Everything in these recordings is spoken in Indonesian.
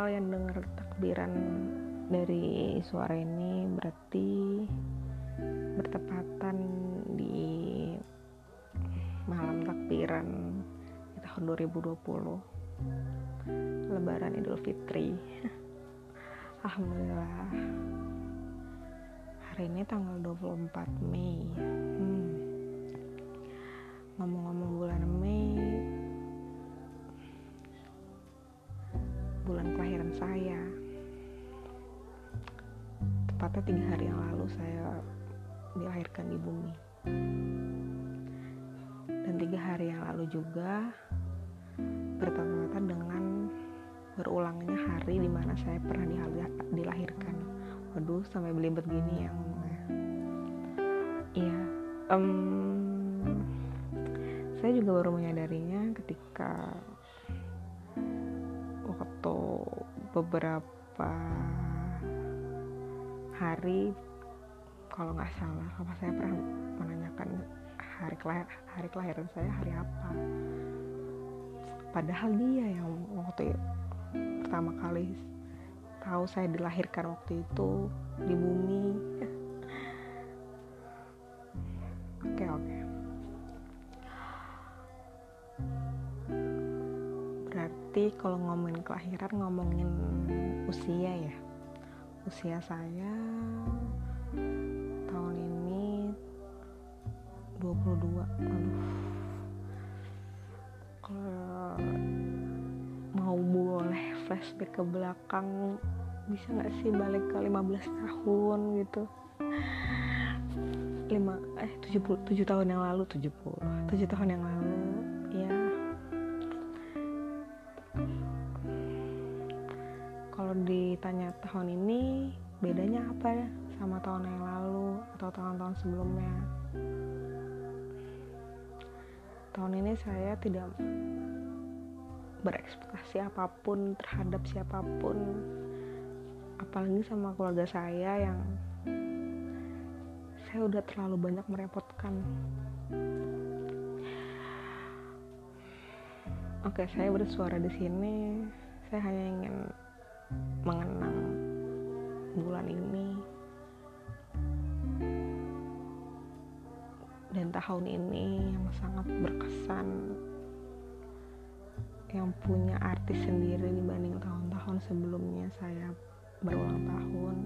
kalian dengar takbiran dari suara ini berarti bertepatan di malam takbiran di tahun 2020, Lebaran Idul Fitri. Alhamdulillah. Hari ini tanggal 24 Mei. Ngomong-ngomong bulan Mei, bulan kelahiran saya. Tepatnya 3 hari yang lalu saya dilahirkan di bumi. Dan 3 hari yang lalu juga bertepatan dengan berulangnya hari di mana saya pernah dilahirkan. Waduh, sampai belibet gini ya ngomongnya. Iya, saya juga baru menyadarinya ketika waktu beberapa hari, kalau nggak salah, apa saya pernah menanyakan hari kelahiran saya hari apa. Padahal dia yang waktu pertama kali tahu saya dilahirkan waktu itu di bumi. Oke. Berarti kalau ngomongin kelahiran, ngomongin usia ya. Usia saya tahun ini 22. Kalau mau boleh flashback ke belakang, bisa gak sih balik ke 15 tahun gitu. 7 tahun yang lalu, 7 tahun yang lalu ya. Kalau ditanya tahun ini bedanya apa ya sama tahun yang lalu atau tahun-tahun sebelumnya, tahun ini saya tidak berekspektasi apapun terhadap siapapun, apalagi sama keluarga saya yang saya udah terlalu banyak merepotkan. Oke, saya bersuara di sini, saya hanya ingin mengenang bulan ini dan tahun ini yang sangat berkesan, yang punya arti sendiri dibanding tahun-tahun sebelumnya saya berulang tahun.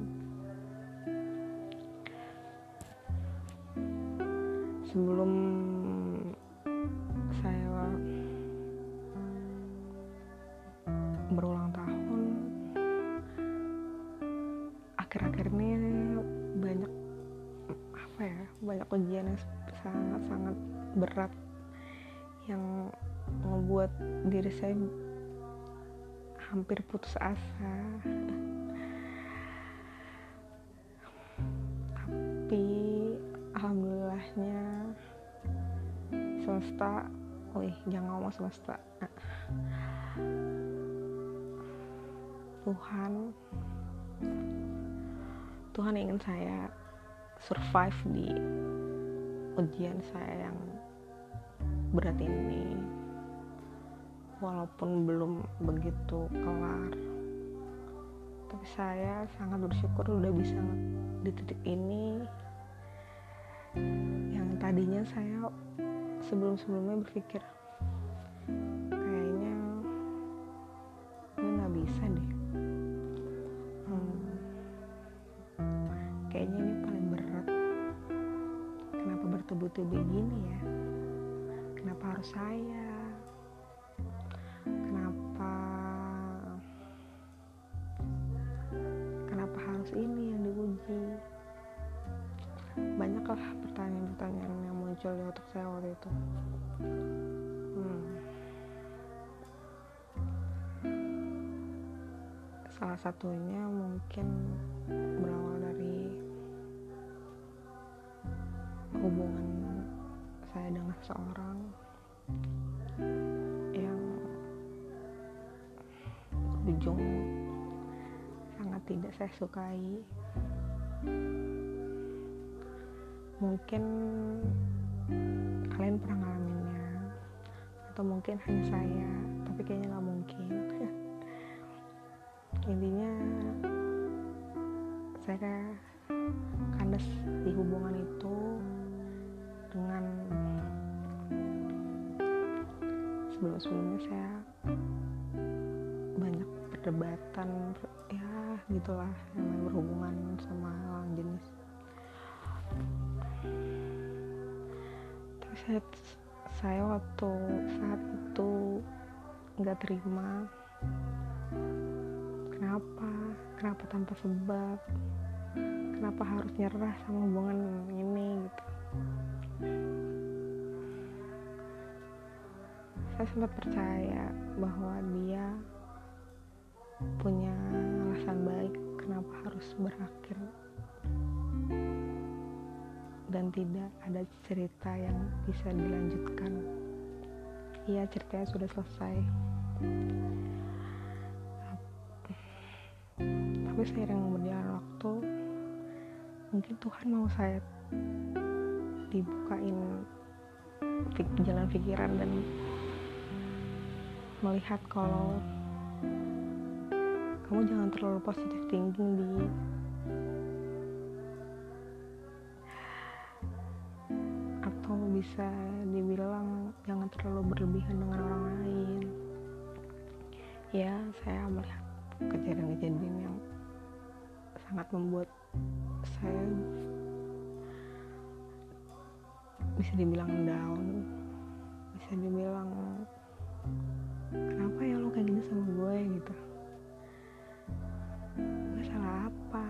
Sebelum saya berulang tahun, akhir-akhir ini banyak ujian yang sangat-sangat berat yang membuat diri saya hampir putus asa. Tapi alhamdulillahnya semesta, jangan ngomong semesta, Tuhan ingin saya survive di ujian saya yang berat ini, walaupun belum begitu kelar. Tapi saya sangat bersyukur udah bisa di titik ini, yang tadinya saya sebelum-sebelumnya berpikir kayaknya gue gak bisa deh, kayaknya ini paling berat, kenapa bertubi-tubi gini ya, kenapa harus saya, kenapa harus ini yang diuji. Banyaklah pertanyaan-pertanyaan yang muncul di otak saya waktu itu. Salah satunya mungkin berawal dari hubungan saya dengan seorang yang berujung sangat tidak saya sukai. Mungkin kalian pernah ngalaminnya, atau mungkin hanya saya, tapi kayaknya gak mungkin. Intinya saya kandas di hubungan itu dengan sebelum-sebelumnya saya banyak perdebatan ya gitulah yang berhubungan sama lawan jenis. Tapi saya waktu saat itu nggak terima. Kenapa tanpa sebab, kenapa harus nyerah sama hubungan ini gitu. Saya sempat percaya bahwa dia punya alasan baik kenapa harus berakhir, dan tidak ada cerita yang bisa dilanjutkan. Iya, ceritanya sudah selesai. Tapi seiring berjalan waktu, mungkin Tuhan mau saya dibukain jalan pikiran dan melihat kalau kamu jangan terlalu positive thinking atau bisa dibilang jangan terlalu berlebihan dengan orang lain. Ya, saya melihat kejadian-kejadian yang sangat membuat saya bisa dibilang down, bisa dibilang kenapa ya lo kayak gini sama gue gitu, gue salah apa.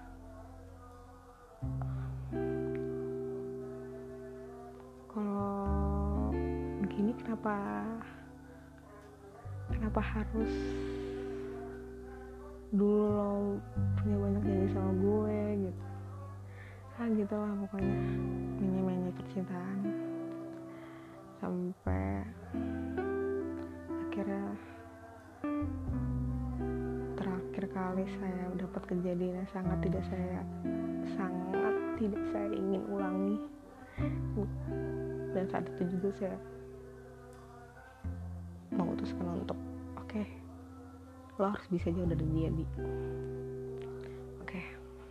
Kalau begini kenapa harus dulu lo punya banyak janji sama gue gitu. Gitu lah pokoknya, menye-menye percintaan sampai akhirnya terakhir kali saya dapat kejadian yang sangat tidak saya ingin ulangi. Dan saat itu juga saya memutuskan untuk oke, lo harus bisa jauh dari dia, Bi. Oke.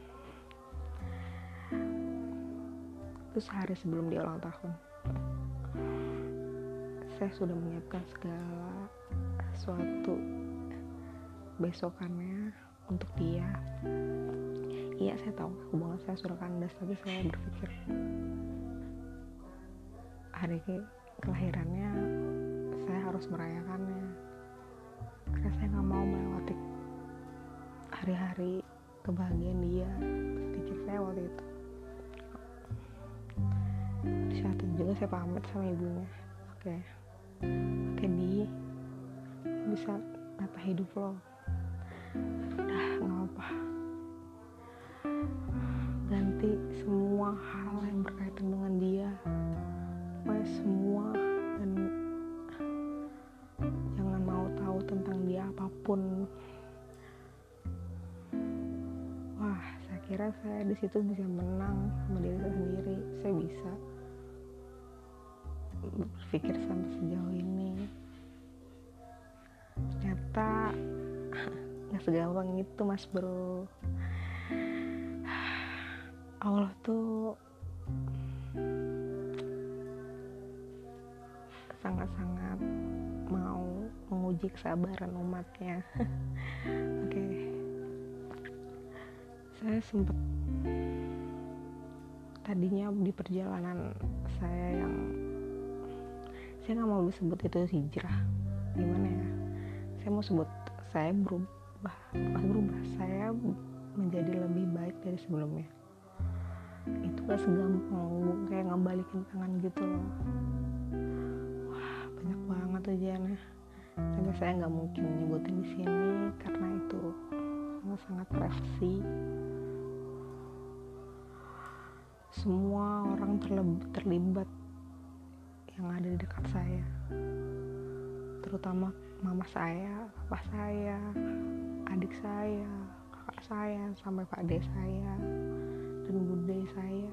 Itu sehari sebelum dia ulang tahun. Saya sudah menyiapkan segala sesuatu besokannya untuk dia. Iya, saya tahu hubungan saya sudah kandas, tapi saya berpikir hari kelahirannya saya harus merayakannya, karena saya nggak mau melewati hari-hari kebahagiaan dia, pikir saya waktu itu. Di saat itu juga saya pamit sama ibunya. Oke Bi, bisa nata hidup lo, udah nggak apa, ganti semua hal yang berkaitan dengan dia, pokoknya semua, dan jangan mau tahu tentang dia apapun. Wah, saya kira saya di situ bisa menang sama diri saya sendiri. Saya bisa berpikir sampai sejauh ini. Ternyata nggak segampang itu, Mas Bro. Allah tuh sangat-sangat mau menguji kesabaran umatnya. Oke. Saya sempat tadinya di perjalanan saya yang saya nggak mau sebut itu hijrah, gimana ya, saya mau sebut saya berubah, saya menjadi lebih baik dari sebelumnya. Itu gak segampang kayak ngebalikin tangan gitu loh. Wah, banyak banget ujiannya, sampai saya nggak mungkin nyebutin di sini karena itu sangat privasi. Semua orang terlibat yang ada di dekat saya, terutama mama saya, papa saya, adik saya, kakak saya, sampai pak de saya dan bude saya.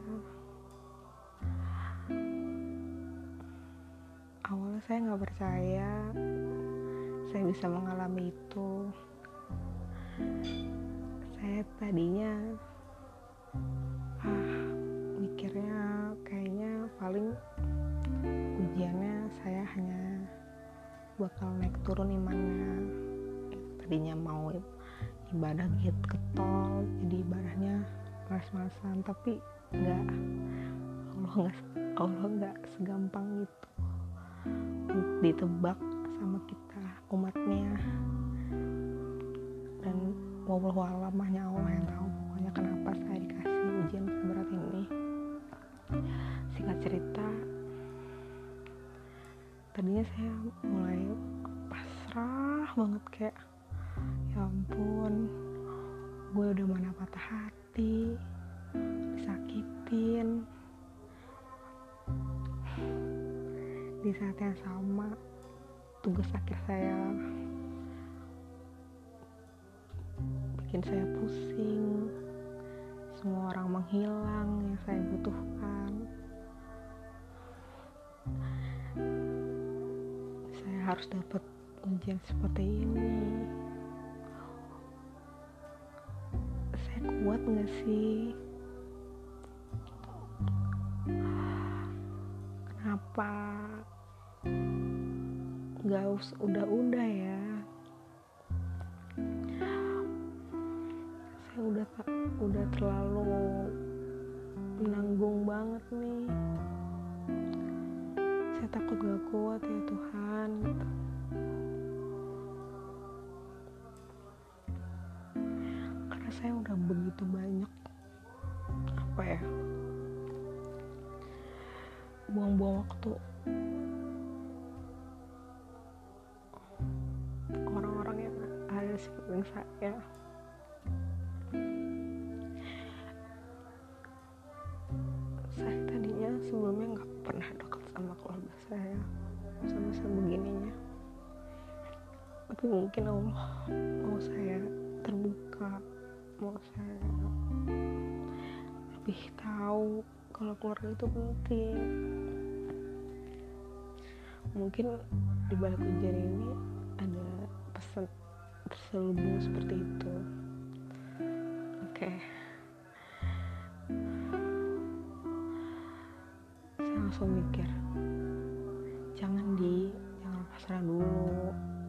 Awalnya saya nggak percaya saya bisa mengalami itu, Saya tadinya mikirnya kayaknya paling ujiannya saya hanya bakal naik turun imannya. Tadinya mau ibadah gitu ketol, jadi ibadahnya malas-malasan, tapi Allah nggak segampang itu ditebak sama kita umatnya. Dan wallahu a'lam, hanya Allah yang tahu pokoknya kenapa saya dikasih ujian seberat ini. Singkat cerita, tadinya saya mulai pasrah banget, kayak ya ampun, gue udah mana patah hati, disakitin. Di saat yang sama, tugas akhir saya bikin saya pusing. Semua orang menghilang yang saya butuhkan. Saya harus dapat ujian seperti ini. Saya kuat gak sih? Kenapa gak udah ya? Saya udah terlalu menanggung banget nih. Saya takut gak kuat ya Tuhan. Karena saya udah begitu banyak buang-buang waktu orang-orang yang ada di sekeliling saya. Saya tadinya sebelumnya gak pernah dekat sama keluarga saya sampai sebegininya, tapi mungkin Allah mau saya terbuka, mau saya lebih tahu kalau keluarga itu penting. Mungkin di balik ujian ini ada pesan terselubung seperti itu. Oke. Saya langsung mikir, jangan pasrah dulu.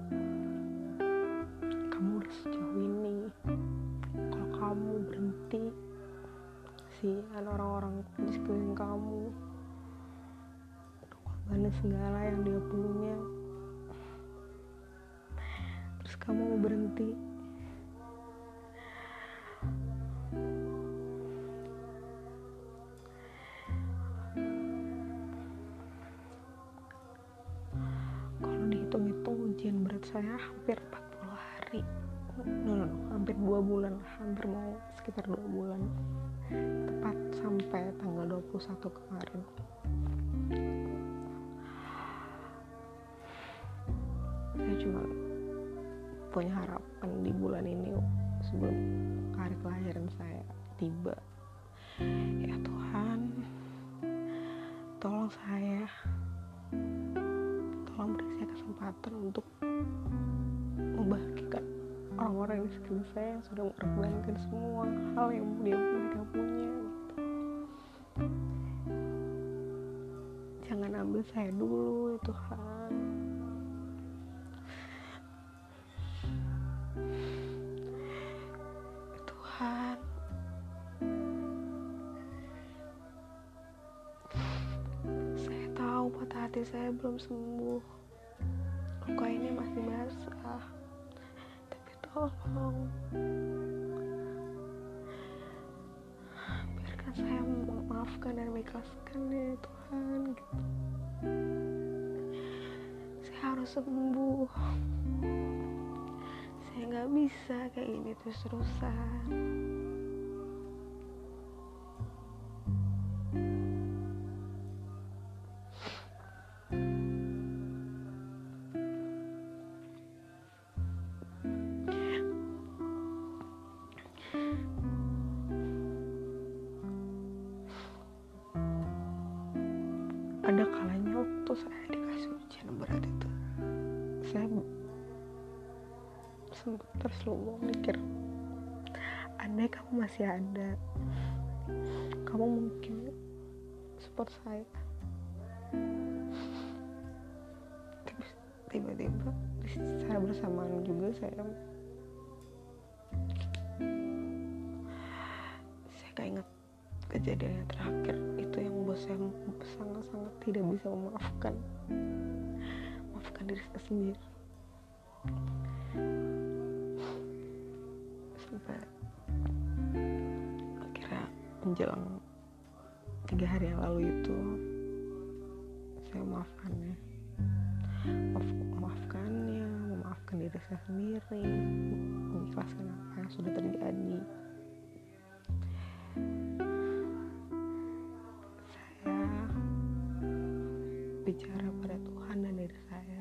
Kamu udah sejauh ini. Kalau kamu berhenti, kasihan orang-orang di sekeliling kamu, korbanin segala yang dia punya. Terus kamu mau berhenti. Kalau dihitung-hitung ujian berat saya hampir 40 hari. Hampir 2 bulan, hampir mau sekitar 2 bulan. Tepat sampai tanggal 21 kemarin. Saya cuma punya harapan di bulan ini sebelum hari kelahiran saya tiba. Ya Tuhan, tolong beri saya kesempatan untuk membahagiakan orang-orang di sekitar saya yang sudah mengorbankan semua hal yang mereka punya. Jangan ambil saya dulu ya Tuhan. Ya Tuhan, saya tahu patah hati saya belum sembuh, luka ini masih basah, tapi tolong biarkan saya memaafkan dan mengikhlaskan ya Tuhan. Saya harus sembuh. Saya gak bisa kayak gini terus-terusan. Ada kalanya waktu saya dikasih ujian berat itu, sempat terselubung mikir, andai kamu masih ada, kamu mungkin support saya. Tapi tiba-tiba saya bersamaan juga saya keinget kejadian yang terakhir itu yang membuat saya sangat-sangat tidak bisa memaafkan diri saya sendiri. Sampai akhirnya menjelang 3 hari yang lalu itu saya memaafkan diri saya sendiri, mengikhlaskan apa yang sudah terjadi. Saya bicara pada Tuhan dan diri saya,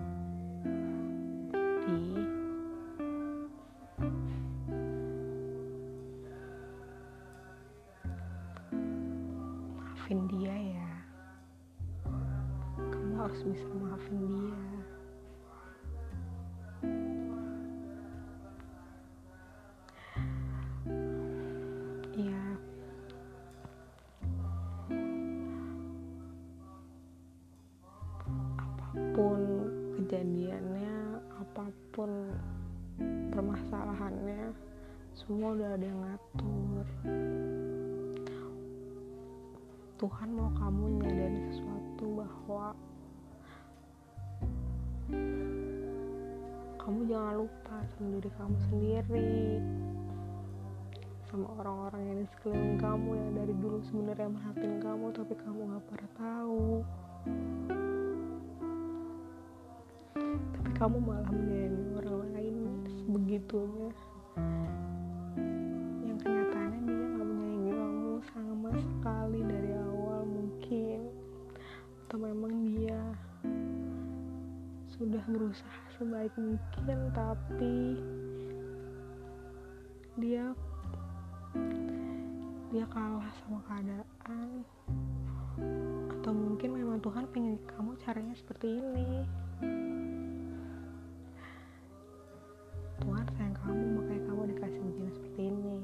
maafin dia ya, kamu harus bisa maafin dia. Ya, apapun kejadiannya, apapun permasalahannya, semua udah ada yang ngatur. Tuhan mau kamu nyadari sesuatu, bahwa kamu jangan lupa sama diri kamu sendiri, sama orang-orang yang di sekeliling kamu yang dari dulu sebenarnya merhatiin kamu tapi kamu gak pernah tahu. Tapi kamu malah menyayangi orang lain sebegitunya, yang kenyataannya dia gak menyayangi kamu sama sekali dari awal mungkin. Atau memang dia sudah berusaha sebaik mungkin tapi dia kalah sama keadaan. Atau mungkin memang Tuhan pengen kamu caranya seperti ini. Tuhan sayang kamu, makanya kamu dikasih ujian seperti ini.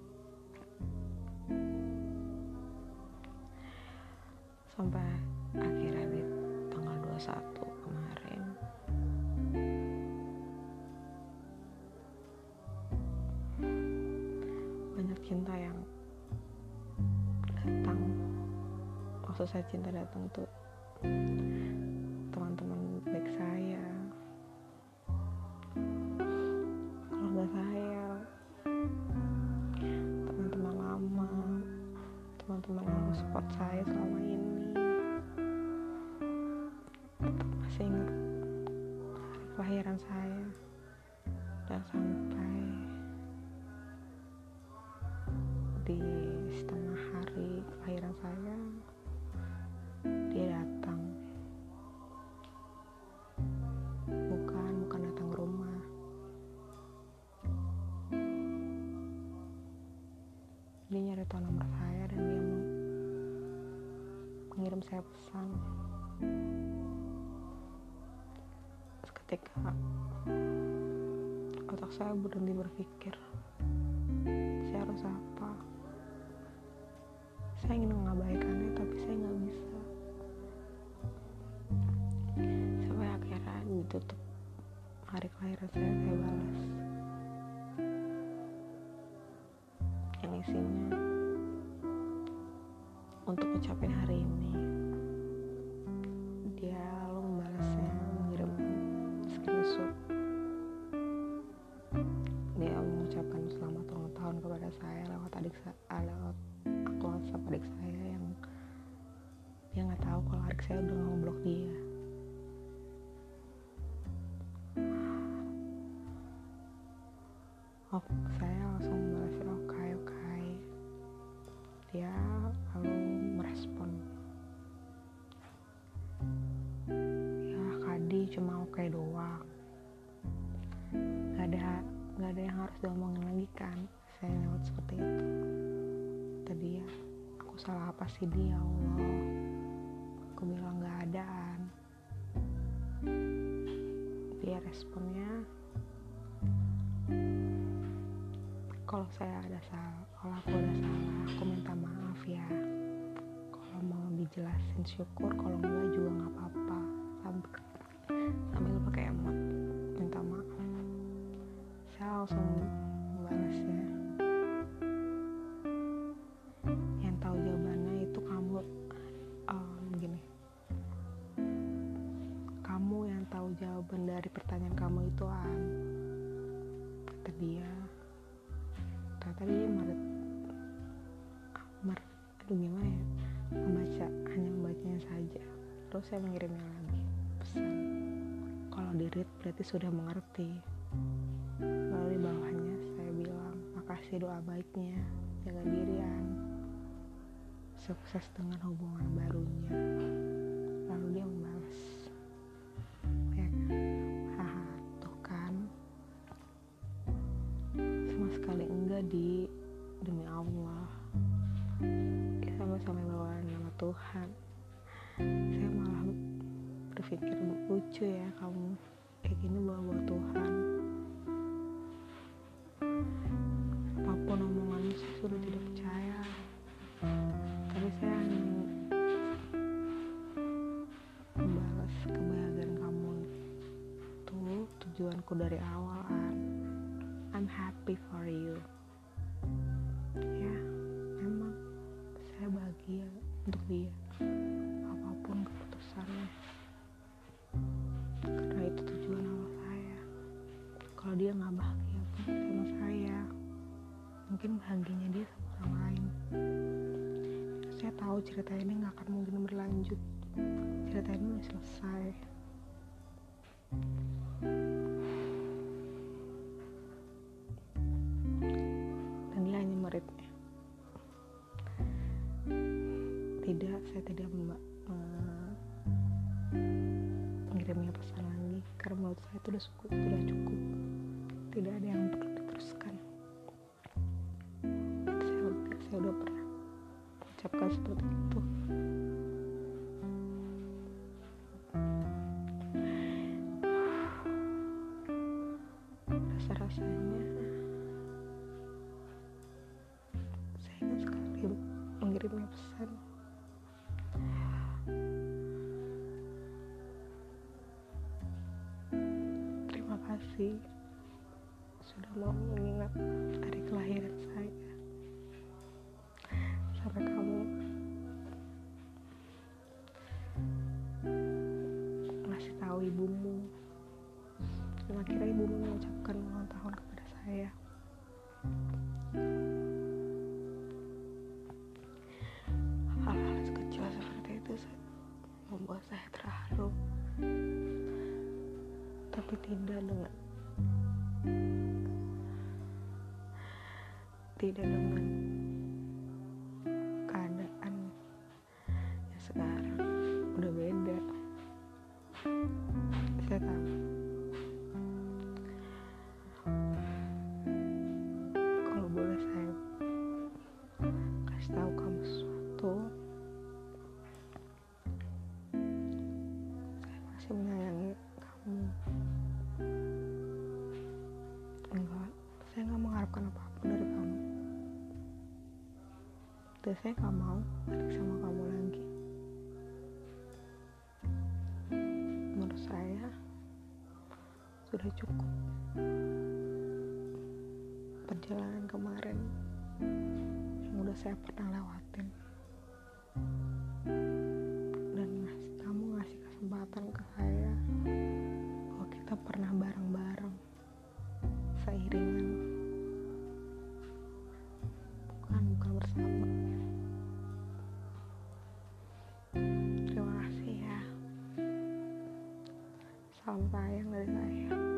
Sampai akhirnya di tanggal 21 kemarin banyak cinta yang datang. Maksud saya cinta datang tuh teman-teman baik saya, keluarga saya, teman-teman lama, teman-teman yang support saya selama ini. Tetap masih ingat hari kelahiran saya, dan sampai di setengah hari kelahiran saya dia datang. Bukan datang ke rumah, dia nyari tahu nomor saya dan dia mengirim saya pesan. Seketika otak saya berhenti berpikir, saya harus apa. Saya ingin mengabaikannya tapi saya gak bisa. Sampai akhirnya ditutup hari kelahiran saya balas yang isinya, untuk ucapin hari ini. Dia lalu membalasnya, mengirim screenshot. Dia mengucapkan selamat ulang tahun kepada saya lewat lewat akun WhatsApp adik saya yang dia nggak tahu kalau adik saya udah ngeblok dia. Saya langsung membalas oke. Dia lalu merespon, ya Kadi cuma oke doang, gak ada yang harus diomongin lagi kan. Saya lewat seperti itu. Tadi ya, aku salah apa sih dia, Allah. Aku bilang gak adaan. Dia responnya, Kalau aku ada salah, aku minta maaf ya. Kalau mau dijelasin syukur, kalau enggak juga nggak apa-apa. Sambil pakai emot minta maaf. Saya langsung balasnya, yang tahu jawabannya itu kamu. Gini, kamu yang tahu jawaban dari pertanyaan kamu itu, kata dia. Ternyata dia gimana ya, hanya membacanya saja. Terus saya mengirimnya lagi pesan, kalau di read berarti sudah mengerti. Lalu di bawahnya saya bilang, makasih doa baiknya, jaga diri sukses dengan hubungan barunya. Lalu dia membalas, ya kan, haha, tuh kan, sama sekali enggak demi Allah. Sama-sama bawa nama Tuhan. Saya malah berpikir lucu ya, kamu kayak gini bawa Tuhan. Apapun omongannya saya sudah tidak percaya. Tapi saya hanya membalas kebahagiaan kamu itu tujuanku dari awal. I'm happy for you. Ya, memang saya bahagia untuk dia, apapun keputusannya, karena itu tujuan awal saya. Kalau dia nggak bahagia pun sama saya, mungkin bahagianya dia sama orang lain. Saya tahu cerita ini nggak akan mungkin berlanjut. Cerita ini udah selesai. Dan dia hanya meritnya. Saya tidak mengirimnya pesan lagi, karena menurut saya itu sudah cukup. Tidak ada yang perlu diteruskan. Saya udah pernah mengucapkan seperti itu. Rasanya saya ingat sekali mengirimnya pesan. Terima kasih sudah mau mengingat hari kelahiran saya. Sampai kamu ngasih tahu ibumu, dan akhirnya ibumu mengucapkan ulang tahun kepada saya. Hal-hal kecil seperti itu membuat saya terharu, tapi tidak dengan keadaan yang sekarang udah beda. Saya tahu kalau boleh saya kasih tahu kamu sesuatu, saya masih menyayangi kamu. Saya nggak mengharapkan apapun dari kamu, dan saya nggak mau balik sama kamu lagi. Menurut saya sudah cukup perjalanan kemarin yang udah saya pernah lewatin, dan kamu ngasih kesempatan ke saya bahwa kita pernah bareng-bareng seiringan, bukan bersama. Terima kasih ya. Salam sayang dari saya.